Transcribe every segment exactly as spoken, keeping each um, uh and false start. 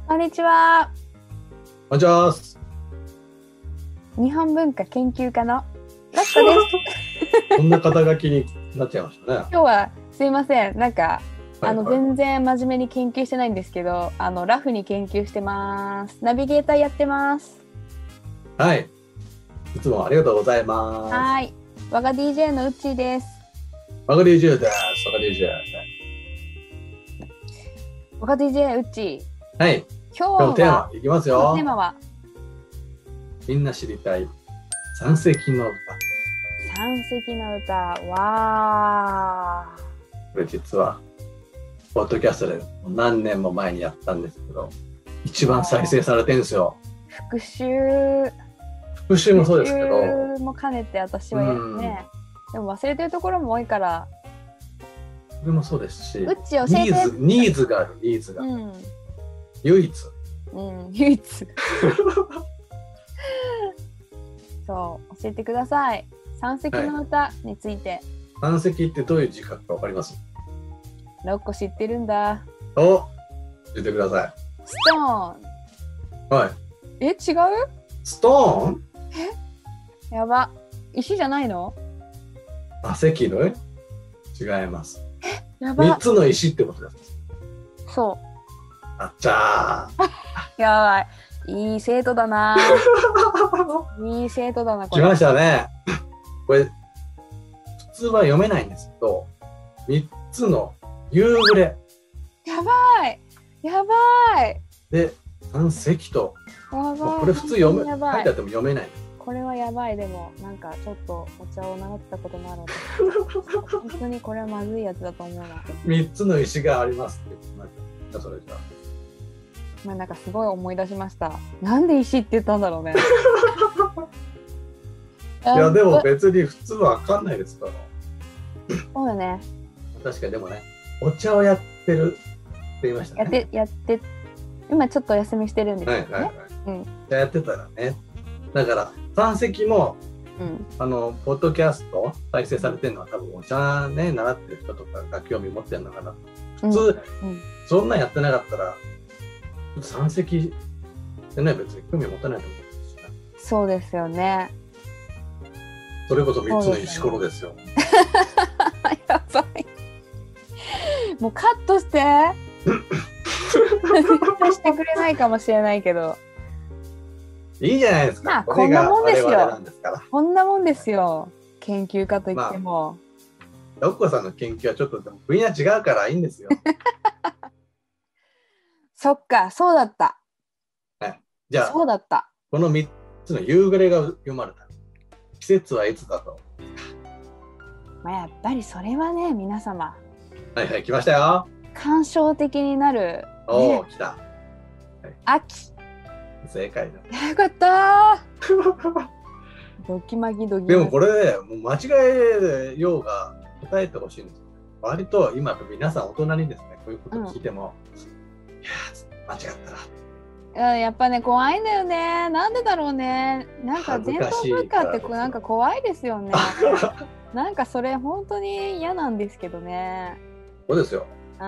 こんにちは。 こんにちは。 日本文化研究家のラッコです。 こんな肩書きになっちゃいましたね。 今日はすいません。なんか、 はいはい、 あの全然真面目に研究してないんですけど、あのラフに研究してます。ナビゲーターやってます。 はい。いつもありがとうございます。 はい。我が ディージェー のうっちーです。 我が ディージェー です。我が ディージェー。 我が ディージェー うっちー。 はい。 今日今日のテーマいきますよ。 テーマはみんな知りたい三世紀の歌。 三世紀の歌。わー。 これ実はポッドキャストで何年も前にやったんですけど、一番再生されてるんですよ。 復習。 復習もそうですけど。 復習も兼ねて私はやるね。でも忘れてるところも多いから。 それもそうですし、 うっち教えて。 ニーズ、ニーズがある、ニーズが。 うん、 唯一。 うん、唯一。そう、教えてください。三世紀の歌について。 はい、三世紀ってどういう字書くかわかります？ ろっこ知ってるんだ。 お、教えてください。 ストーン。 はい。 え、違う？ ストーン？ え、やば。石じゃないの？ あ、石の？違います。 やば。 三つの石ってことです。 そう。 あっちゃー。やばい。いい生徒だな。いい生徒だな。 これ。来ましたね。これ普通は読めないんですけど、三つの夕暮れ。 やばい。やばい。 で、三世紀と。 やばい。 これ普通読め、書いてあっても読めない。 これはやばい。でもなんかちょっとお茶を習ったこともあるので本当にこれはまずいやつだと思うな。 三つの石がありますって言ってそれじゃまあなんかすごい思い出しました。なんで石って言ったんだろうね。 いやでも別に普通は分かんないですから。 そうだね。 確かにでもね、お茶をやってるって言いましたね。 やってやって今ちょっとお休みしてるんですよね。 はいはいはい。 うん。 やってたらね。だから三世紀も、うん、あのポッドキャスト再生されてるのは多分お茶ね習ってる人とかが興味持ってるのかな。普通、うんうん、そんなんやってなかったら三世紀でね別に興味持たないと思うんですよね。 そうですよね。 それこそ三つの石ころですよ。 やばい。もうカットして。してくれないかもしれないけど。 いいじゃないですか。 まあ、こんなもんですよ。 ですからこんなもんですよ。研究家といっても。 まあ、ロッコさんの研究はちょっと分野違うからいいんですよ。 そっか、そうだった。 はい、じゃあ、 そうだった。 このみっつの夕暮れが読まれた季節はいつだと？ まあ、やっぱりそれはね、皆様。 はいはい、来ましたよ。 感傷的になる。 おお、ね、来た。はい、 秋。 正解だ。 よかったー。ドキマギドキ。 でもこれもう間違えようが答えてほしいんです。割と今皆さん大人にですねこういうこと聞いても、うん、いや間違ったら。やっぱね怖いんだよね。なんでだろうね。なんか伝統文化ってなんか怖いですよね。なんかそれ本当に嫌なんですけどね。 そうですよ。 うん。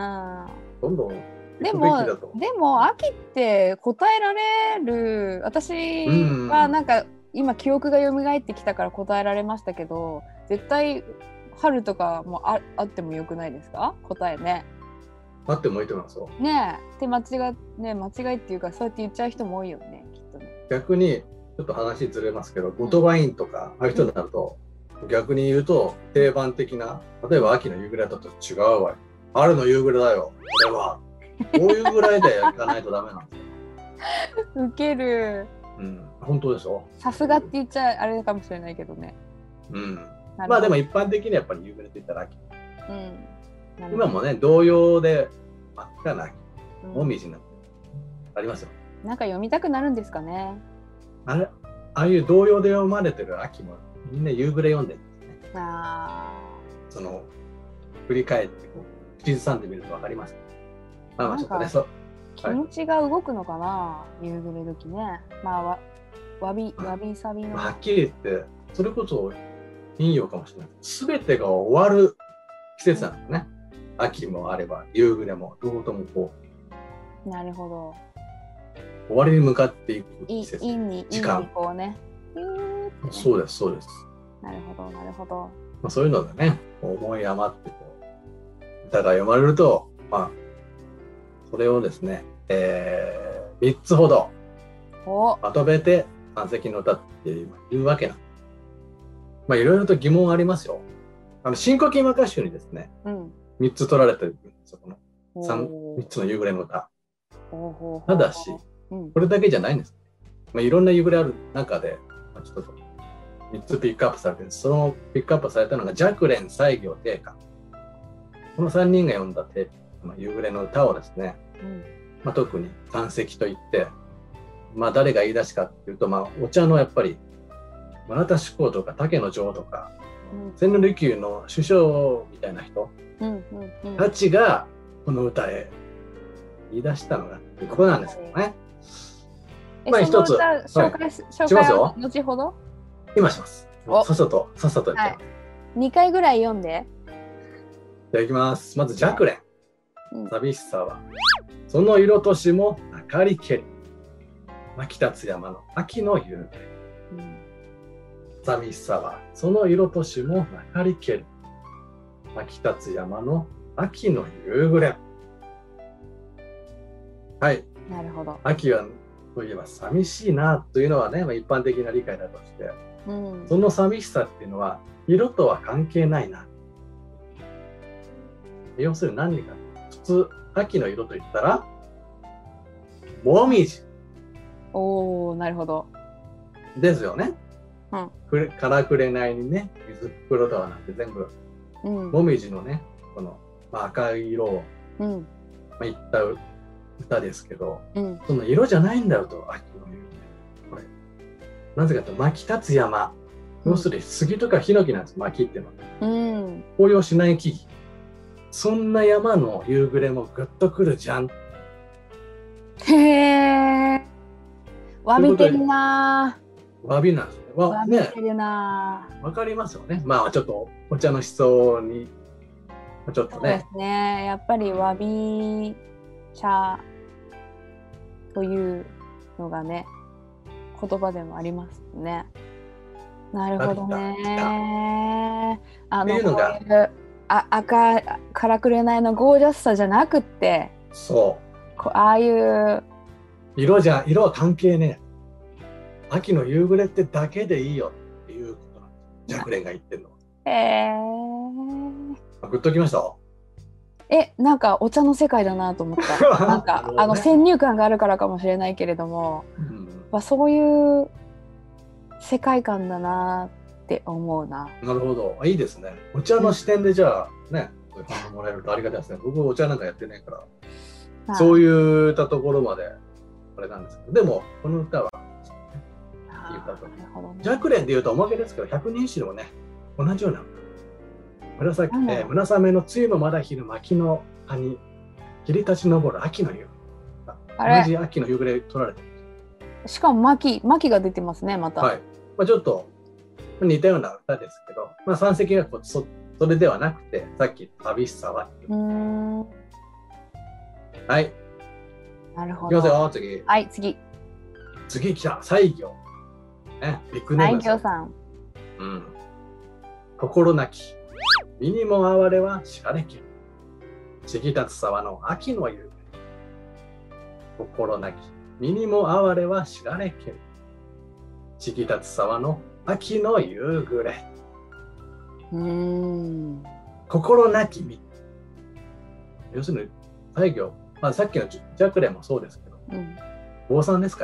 どんどんでもでも秋って答えられる。私はなんか今記憶が蘇ってきたから答えられましたけど、絶対春とかも あ, あってもよくないですか？答えね。 あってもいいと思いますよ。 ねえ。で間違ね間違いっていうかそうやって言っちゃう人も多いよねきっとね。 逆にちょっと話ずれますけど、ゴトバインとかああいう人になると、うん、逆に言うと定番的な例えば秋の夕暮れだと違うわ。春の夕暮れだよ。これは。こういうぐらいでいかないとダメなんですよ。 ウケる。 うん、本当でしょ。 さすがって言っちゃあれかもしれないけどね。 うん。まあでも一般的にやっぱり夕暮れって言ったら秋。 うん。 今もね童謡で真っ赤な秋、もみじになってありますよ。 なんか読みたくなるんですかね。 あれ、ああいう童謡で読まれてる秋もみんな夕暮れ読んでるんですね。 ああ。 その振り返ってこう口ずさんでみるとわかります。まあまあちょっとね、そう気持ちが動くのかな、はい、夕暮れ時ね。まあわわびわびさびの。 はっきり言ってそれこそ陰陽かもしれない。すべてが終わる季節なんですね。秋もあれば夕暮れも両方ともこう。なるほど。 終わりに向かっていく季節、 いいに時間。 いいにこうね。ねそうですそうです。 なるほどなるほど。 まあ、そういうのでね、思い余ってこう歌が読まれると、まあそれをですね、えー、みっつほどまとめて三席の歌っていうわけなんです。まあいろいろと疑問ありますよ。あの新古今和歌集にですね、うん、みっつ取られてるんですよ、この 3, みっつの夕暮れの歌。ただし、うん、これだけじゃないんです。まあ、いろんな夕暮れある中で、まあ、ちょっとみっつピックアップされてる。そのピックアップされたのが寂蓮、西行、定家。このさんにんが読んだて、まあ、夕暮れの歌をですね、うんまあ、特に三席といって、まあ、誰が言い出しかっていうと、まあ、お茶のやっぱり村田志功とか竹野城とか、うん、千利休の首相みたいな人たちがこの歌へ言い出したのがということなんですけどね。 まあ一つ紹介しますよ。後ほど今します。さっさとさっさとやってます。 にかいぐらい読んで。 いただきます。まず寂蓮、うん、寂しさはその色としもなかりけり、巻き立つ山の秋の夕暮れ、うん、寂しさはその色としもなかりけり、巻き立つ山の秋の夕暮れ。はい。 なるほど。 秋はといえば寂しいなというのはね、まあ、一般的な理解だとして、うん、その寂しさっていうのは色とは関係ないな。要するに何か、普通秋の色といったらもみじ。 おー、なるほど。 ですよね。うん、からくれないにね、水袋とはなんて全部、うん、もみじのね、この、まあ、赤い色を、うんまあ、いった歌ですけど、うん、その色じゃないんだよと、秋の夕暮れ。これなぜかと巻き立つ山、要するに杉とかヒノキなんです、巻きっていうのは、うん、紅葉しない木々、そんな山の夕暮れもぐっとくるじゃん。 へえ。わびてるな。 わびなんですね。 わびてるな。 わかりますよね。まあちょっとお茶の思想にちょっとね。そうですね。やっぱりわび茶というのがね、言葉でもありますね。なるほどね。あのこういうあ赤からくれないのゴージャスさじゃなくって、 そうこうああいう色じゃ色は関係ねえ。秋の夕暮れってだけでいいよっていうことなんです。寂蓮が言ってるのは。へえー。グッときました。 え、なんかお茶の世界だなと思った。なんか、ね、あの先入観があるからかもしれないけれども、うんまあ、そういう世界観だなって思うな。 なるほど、いいですね。お茶の視点でじゃあね、そういう反応もらえるとありがたいですね。僕お茶なんかやってないから、はい、そういったところまであれなんですけど、でもこの歌は。いい歌と。寂蓮でいうとおまけですけど、百人一首でもね、同じような紫、うんえー、村雨の露のまだ昼巻きの葉に切り立ち上る秋の夕暮れ。同じ秋の夕暮れ取られてる。しかも巻き巻きが出てますね、また。 はい。まあ、ちょっと似たような歌ですけど、まあ、三席がこう そ, それではなくて、さっき寂しさは。うーんはい。 なるほど。 いきますよ、次。 はい、次。 次来た、西行。ね、ビッグネームです。 西行さん。 うん。心なき。身にも哀れは知られける。過ぎ立つ沢の秋の夕暮れ。心なき。身にも哀れは知られける。過ぎ立つ沢の秋の夕暮れ。うーん。心なき身。要するに、西行、まあ、さっきの寂蓮もそうですけど、うん、坊さんですから。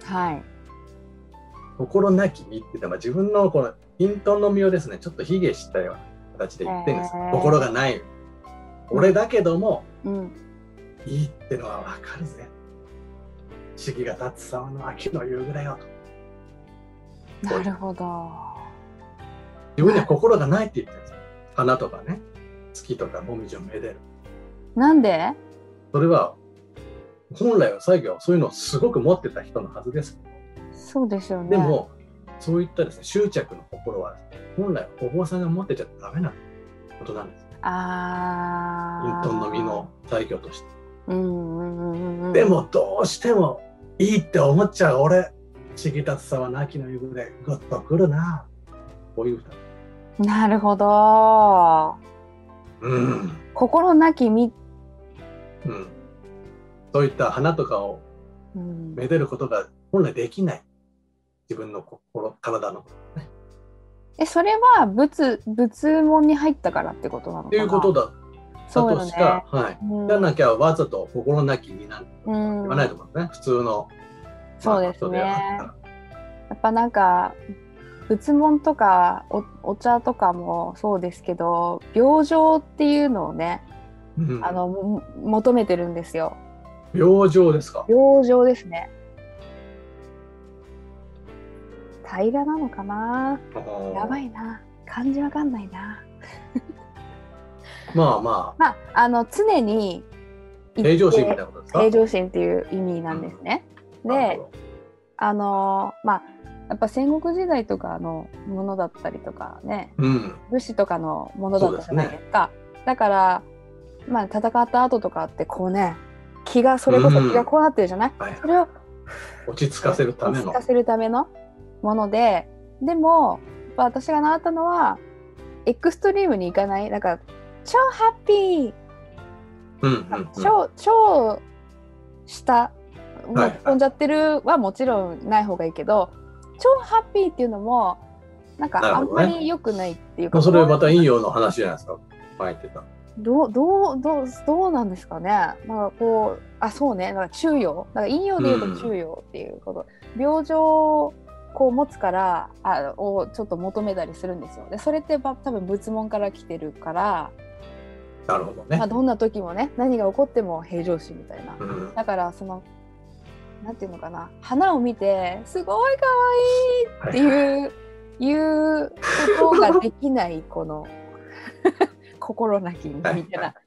はい。心なき身って言ったら、自分のこの隠遁の身をですね、ちょっと卑下したような形で言ってるんです。心がない。俺だけども、うん、いいってのは分かるぜ。四季が立つ沢の秋の夕暮れよと。なるほど。 自分には心がないって言ってるんですよ。花とかね、月とかもみじをめでる。 なんで？ それは本来は西行はそういうのをすごく持ってた人のはずですけど。 そうですよね。 でもそういったですね、執着の心は本来お坊さんが持ってちゃダメなことなんです。ああ。隠遁の身の西行として。うんうんうんうん。でもどうしてもいいって思っちゃう俺、重達さんは亡きの夕暮れ、グッとくるな。こういう歌。 なるほど。 うん。 心なきみ、 うん。そういった花とかをめでることが本来できない。自分の心、体の、ね。 え、それは仏、仏門に入ったからってことなのかな。っていうことだ。 そうよね。 だとしか、はい。じゃなきゃわざと心なきになんて言わないと思うんですね。普通の。 そうですね。やっぱなんか仏門とか お, お茶とかもそうですけど、病状っていうのをね、うん、あの求めてるんですよ。 病状ですか。 病状ですね。平らなのかな。やばいな。漢字わかんないな。 まあまあ。 まああの常に平常心みたいなことですか。 平常心っていう意味なんですね。うん、で、あのまあやっぱ戦国時代とかのものだったりとかね、うん、武士とかのものだったじゃないですか。ですね、だからまあ戦った後とかってこうね、気がそれこそ気がこうなってるじゃない。うん、それを落ち着かせるための落ち着かせるためのもので、でも私が習ったのはエクストリームに行かない。なんか超ハッピー、うんうんうん、超超下もう飛んじゃってるはもちろんない方がいいけど、はいはい、超ハッピーっていうのもなんかあんまり良くないっていうか、 ね、それはまた陰陽の話じゃないですか。前言ってた。 どうどうどうどうなんですかね。なんかこうあそうね、なんか中庸、なんか陰陽で言うと中庸っていうこと、うん、病状をこう持つからあをちょっと求めたりするんですよ。でそれって多分仏門から来てるから。 なるほどね。 まあ、どんな時もね、何が起こっても平常心みたいな、うん、だからそのなんていうのかな、花を見てすごい可愛いっていう、はい、いうことができないこの心なきみたいな、はいはい、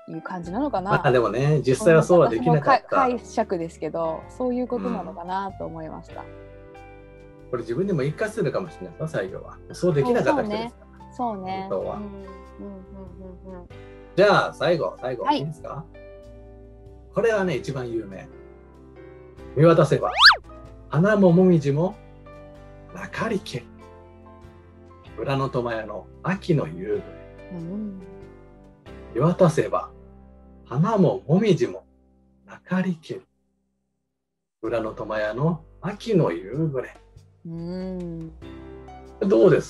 いう感じなのかな。 まあでもね、実際はそうはできなかった。 解釈ですけど、そういうことなのかなと思いました。うん、 これ自分でも言い聞かせるかもしれないです、最後は。そうできなかった人ですから。 そうね。そうね。うんうんうんうんうん。 じゃあ最後、最後、はい、いいですか。これはね、一番有名。見渡せば、花ももみじもなかりけり。裏の苫屋の秋の夕暮れ。うん、見渡せば、花ももみじもなかりけり。裏の苫屋の秋の夕暮れ。うん、どうです？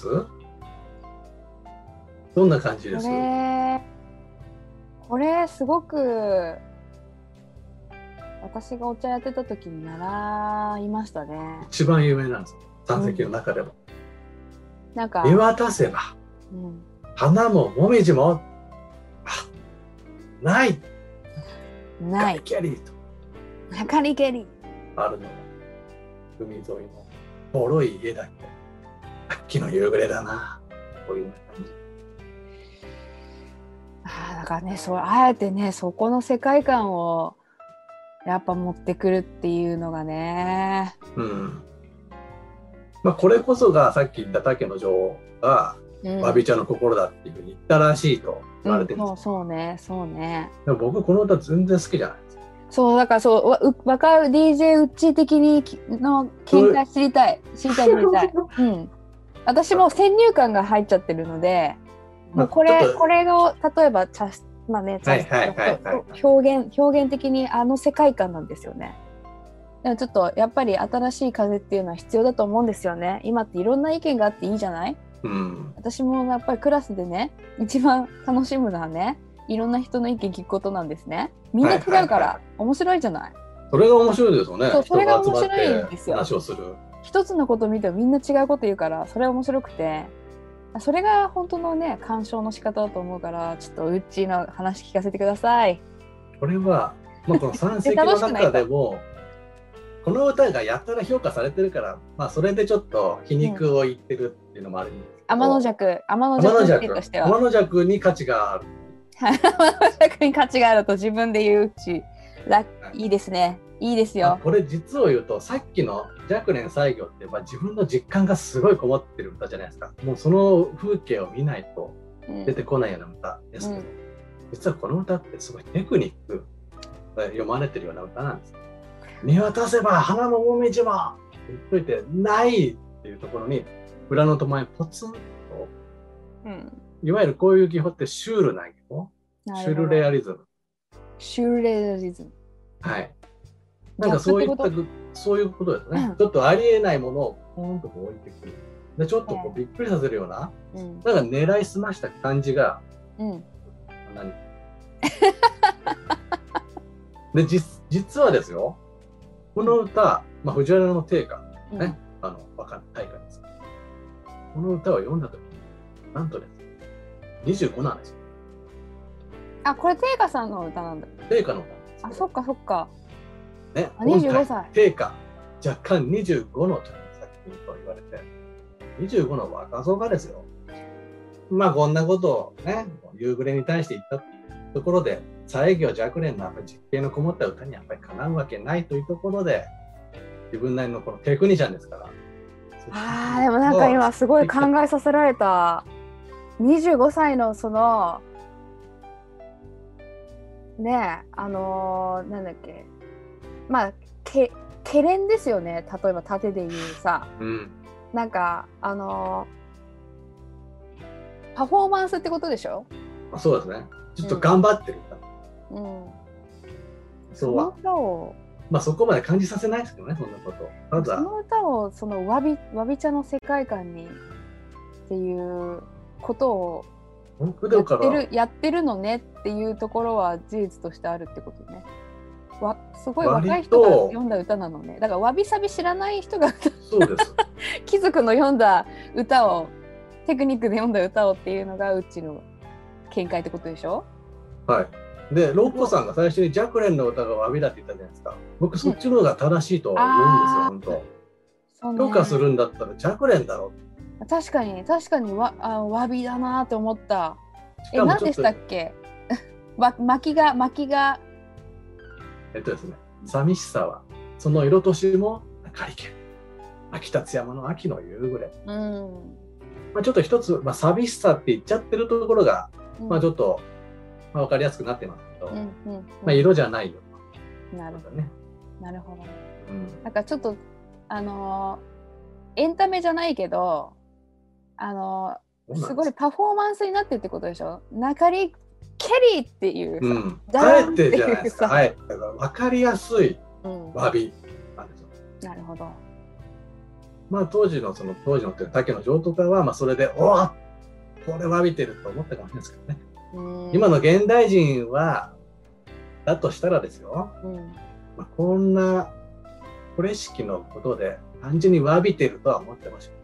どんな感じです？ これ、これすごく私がお茶やってた時に習いましたね。 一番有名なんですよ、三席の中でも。 うん、なんか見渡せば、うん、花ももみじもないないキャリーとなかりけりあるのが海沿いのボロい家だけ秋の夕暮れだな、こういう感じ。 あだからね、そうあえてねそこの世界観をやっぱ持ってくるっていうのがね、 うんまあ、これこそがさっき言った竹の女王がわび茶の心だっていうふうに言ったらしいと言われてるんです、 うん、そうそうねそうね。 でも僕この歌全然好きじゃないですか。 そうだからそうわかる ディージェー ウッチー的にの見解知りたい知りたい知りたい、うん、私も先入観が入っちゃってるので、もうこれこれを例えば茶まあね、表現表現的にあの世界観なんですよね。でもちょっとやっぱり新しい風っていうのは必要だと思うんですよね。今っていろんな意見があっていいじゃない、うん、私もやっぱりクラスでね一番楽しむのはね、いろんな人の意見聞くことなんですね。みんな違うから、はいはいはい、面白いじゃない。 それが面白いですよね。 そう、それが面白いんですよ。 話をする。 一つのことを見てもみんな違うこと言うから、それが面白くて、それが本当のね鑑賞の仕方だと思うから、ちょっとうっちーの話聞かせてください。 これは、まあ、この三席の中でもこの歌がやったら評価されてるから、まあ、それでちょっと皮肉を言ってるっていうのもあるんですけど、 天の弱天の弱としては天の弱に価値がある天の弱に価値があると自分で言ううちらいいですね。いいですよ。 これ実を言うとさっきの若年西行って、まあ、自分の実感がすごいこもってる歌じゃないですか。もうその風景を見ないと出てこないような歌ですけど、うん、実はこの歌ってすごいテクニック読まれてるような歌なんです。 見渡せば花のもみじも言っといてないっていうところに裏の手前ポツンと、うん、いわゆるこういう技法ってシュールな技法、シュールレアリズム。 シュールレアリズム。 はい。なんかそういったそういうことですね、うん。ちょっとありえないものをポンとこう置いてくる。でちょっとこうびっくりさせるような、うん、なんか狙いすました感じが、うん、何で 実, 実はですよ、この歌、まあ、藤原の定歌ね、うん、あの和歌大歌です。この歌を読んだとき、なんとですね、にじゅうごなんですよ。 あ、これ定歌さんの歌なんだ。 定歌の歌。 あ、そっかそっか。 ね、 にじゅうごさい。 定歌、若干にじゅうごの作品と言われて、にじゅうごの若造がですよ。まあこんなことをね、夕暮れに対して言ったところで、西行若蓮のやっぱり実験のこもった歌にやっぱりかなうわけないというところで、自分なりのこのテクニシャンですから。 ああ、でもなんか今すごい考えさせられた。にじゅうごさいのそのねえ、あのー、なんだっけ、まあけけれんですよね。例えば盾で言うさ、うん、なんかあのー、パフォーマンスってことでしょ。 あ、そうですね。ちょっと頑張ってる歌。うん。そうは。 その歌をまあそこまで感じさせないですけどね、そんなこと。 ただその歌をそのわびわび茶の世界観にっていうことをやってるやってるのねっていうところは事実としてあるってことね。わすごい若い人が読んだ歌なのね。だからわびさび知らない人がそうです貴族の読んだ歌をテクニックで読んだ歌をっていうのがうちの見解ってことでしょ。 はい。でロッコさんが最初にジャクレンの歌がわびだって言ったじゃないですか。僕そっちの方が正しいとは思うんですよ、本当。評価するんだったらジャクレンだろう。 確かに確かにわあわびだなって思った。え、何でしたっけ？わ巻きが巻きがえっとですね、寂しさはその色としも明かりけ秋立山の秋の夕暮れ。うん。まあちょっと一つ、まあ、寂しさって言っちゃってるところが、うん、まあちょっと、まあ、分かりやすくなってますけど、うんうんうん、まあ色じゃないよ。 なるほどね。なるほどね。うん、なんかちょっとあのー、エンタメじゃないけど、あのー、すごいパフォーマンスになってるってことでしょ。なかりケリーっていうさ、うん、 あえてじゃないですか。はい、だから分かりやすいわびなんですよ、 うん、なるほど。 まあ当時のその当時の竹の城とかはまあそれでおおこれわびてると思ったかもしれないですけどね。うん、今の現代人はだとしたらですよ、うんまあ、こんなこれ式のことで単純にわびてるとは思ってました。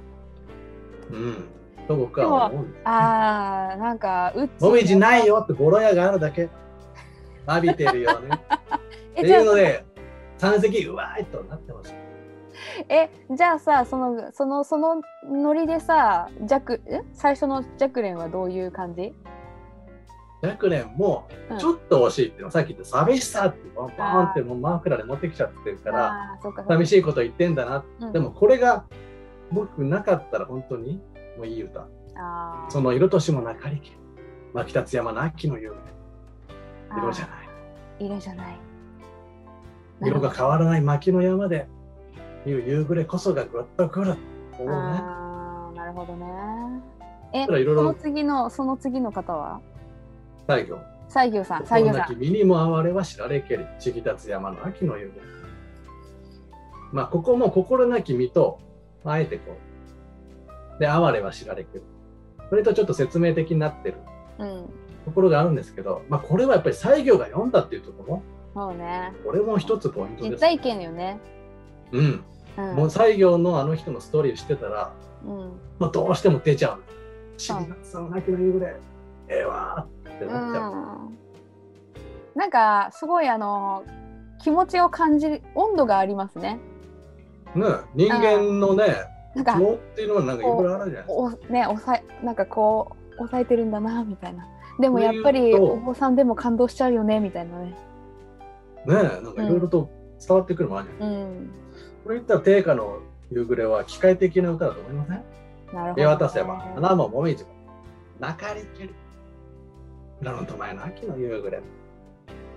うんと僕は思うんです、ね、 ああなんかうちもみじないよってボロ屋があるだけわびてるよねっていうので三席うわーいとなってました。 えじゃあさそのそのそのノリでさジャクえ最初のジャクレンはどういう感じ？ ジャクレンもちょっと惜しいっていうのは、うん、さっき言った寂しさってバンバンってもうマフラーで持ってきちゃってるから寂しいこと言ってんだな、うん、でもこれが僕なかったら本当にもういい歌。あその色としもなかりけ巻き立つ山の秋の夕暮れ色じゃない色じゃない色が変わらない薪の山でいう夕暮れこそがぐっとくる。おね、 あなるほどね。えいろいろその次のその次の方は西行西行さん西行さん身にも哀れは知られけりちぎ立つ山の秋の夕暮れ。まあここも心なき身とあえてこうで哀れは知られけるそれとちょっと説明的になってるところがあるんですけど、うん、まあこれはやっぱり西行が読んだっていうところそうねこれも一つポイントです。 実体験よね。 うん、うん、もう西行のあの人のストーリーを知ってたら、うんまあ、どうしても出ちゃう。しちがつの秋の夕暮れ、ええわーってなっちゃう、うん。 なんかすごいあの気持ちを感じる温度がありますね。 ね人間のね気持っていうのはなんかいろいろあるじゃないですか。 ね抑えなんかこう抑えてるんだなみたいな。でもやっぱりお坊さんでも感動しちゃうよねみたいなね。 ねえなんかいろいろと伝わってくるもあるじゃないですか。うんこれ言ったら定家の夕暮れは機械的な歌だと思いません？なるほど、ね。見渡せば花ももみじもなかりけり裏の手前の秋の夕暮れ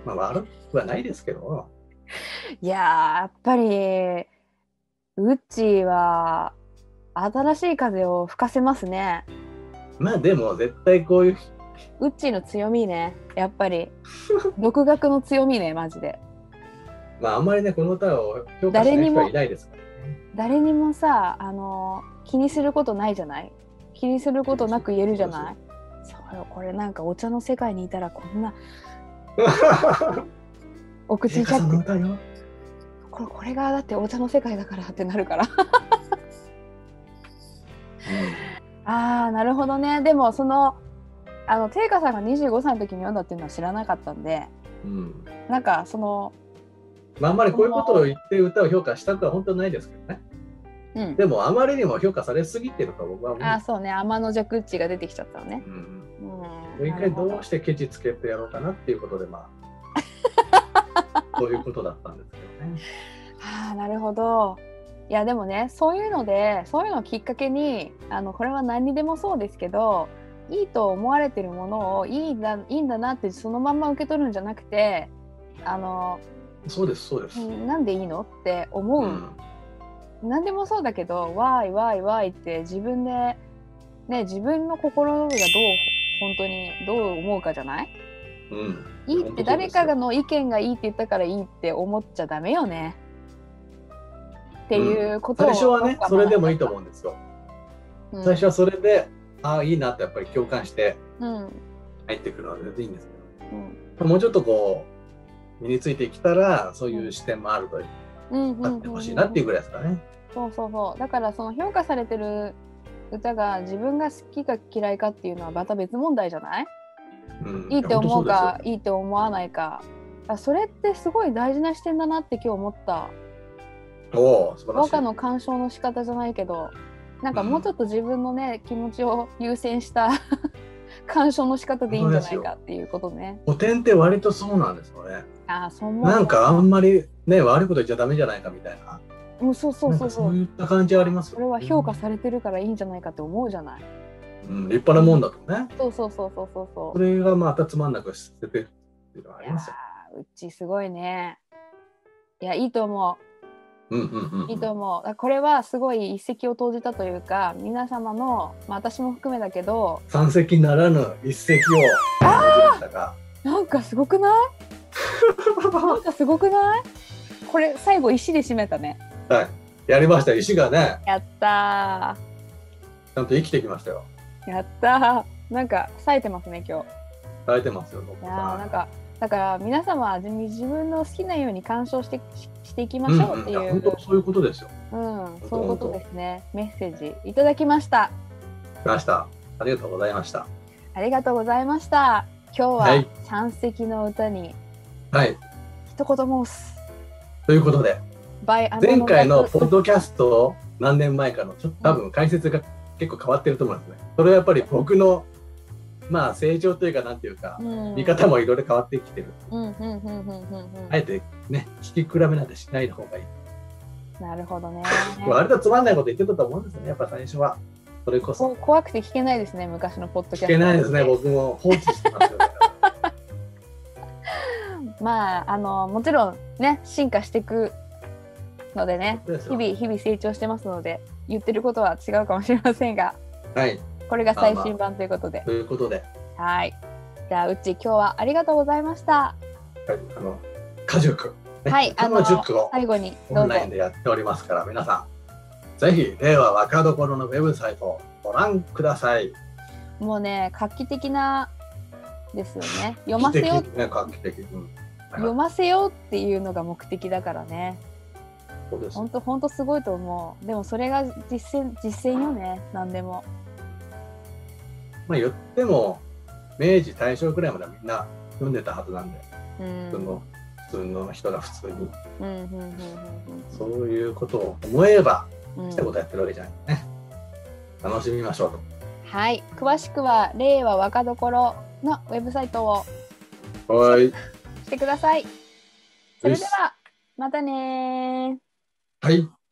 まあ悪くはないですけど。 いやーやっぱりウッチーは新しい風を吹かせますね。 まあでも絶対こういうウッチーの強みね、やっぱり独学の強みね、マジで。 まああんまりねこの歌を評価しない人はいないですからね。 誰にもさ、あの気にすることないじゃない。気にすることなく言えるじゃない。そうよ、これなんかお茶の世界にいたらこんなお口チャックこれ、これがだってお茶の世界だからってなるからああなるほどね。でもそのあのテイカさんがにじゅうごさいの時に読んだっていうのは知らなかったんで、うん、なんかそのまああんまりこういうことを言って歌を評価したくは本当はないですけどね、うん、でもあまりにも評価されすぎてると僕は思う。 あそうね、天の弱っちが出てきちゃったのね、うんうん、一回どうしてケチつけてやろうかなっていうことでまあそういうことだったんですけどね。 はあなるほど。いやでもね、そういうのでそういうのをきっかけにあのこれは何にでもそうですけど、いいと思われてるものをいいんだ、いいんだなってそのまんま受け取るんじゃなくて、あのそうですそうです、 なんでいいのって思う、うん、何でもそうだけどわーいわーいわーいって自分で、ね、自分の心がどう本当にどう思うかじゃない、うん、いいって誰かの意見がいいって言ったからいいって思っちゃダメよねっていうことを、うん、 最初はねそれでもいいと思うんですよ、うん、最初はそれでああいいなってやっぱり共感して入ってくるのは全然いいんですけど、うん、もうちょっとこう身についてきたらそういう視点もあるとあってほしいなっていうぐらいですかね。 そうそうそう、だからその評価されてる歌が自分が好きか嫌いかっていうのはまた別問題じゃない、うん、いいって思うかいいって思わないか、それってすごい大事な視点だなって今日思った。 お素晴らしい。 和歌の鑑賞の仕方じゃないけど、なんかもうちょっと自分のね、うん、気持ちを優先した鑑賞の仕方でいいんじゃないかっていうことね。 古典って割とそうなんですよね。 ああ、そう思う。 なんかあんまりね悪いこと言っちゃダメじゃないかみたいな。 うん、そうそうそうそう。 そういった感じありますよ。 これは評価されてるからいいんじゃないかって思うじゃない。 うん、立派なもんだとね。 そうそうそうそうそうそう。 それがまたつまんなくしててっていうのはありますよ。 うちすごいね。いやいいと思う。 うんうんうんうん、 いいと思う。これはすごい一石を投じたというか、皆様の、まあ、私も含めだけど三石ならぬ一石を投じましたが、 なんかすごくないなんかすごくないこれ最後石で締めたね。 はい、やりました。石がね、 やったー、ちゃんと生きてきましたよ。 やったー、なんか冴えてますね今日。 冴えてますよ。 いやーなんかだから皆様は自分の好きなように鑑賞してしていきましょうっていう、うんうん、 本当そういうことですよ。 うん、そういうことですね。メッセージいただきました。 ました。ありがとうございました。 ありがとうございました。今日は三石の歌に一言申す、 はい、ということで前回のポッドキャスト何年前かのちょっと多分解説が結構変わってると思うんですね。それはやっぱり僕のまあ成長というかなんていうか、うん、見方もいろいろ変わってきてる。あえてね聞き比べなんてしない方がいい。 なるほどね。 割とつまんないこと言ってたと思うんですよね。やっぱ最初はそれこそ怖くて聞けないですね。昔のポッドキャスト聞けないですね。僕も放置してますよね。 まああのもちろんね進化していくのでね、日々日々成長してますので言ってることは違うかもしれませんが、 はい。 これが最新版ということで。 まあまあということで。 はい。じゃあうち今日はありがとうございました。はい。あの家塾、ね、 はい。 あの塾を最後にオンラインでやっておりますから皆さんぜひ令和若どころのウェブサイトをご覧ください。 もうね画期的なですよね。読ませよう。 ね、画期的。うん、 読ませようっていうのが目的だからね。本当本当すごいと思う。でもそれが実践実践よね。何でも。 まあ言っても明治大正くらいまでみんな読んでたはずなんで、うん、普通の普通の人が普通に、そういうことを思えばしたことやってるわけじゃないね。うん、楽しみましょうと。 はい。詳しくは令和若どころのウェブサイトをはいしてください。それではまたね。 はい。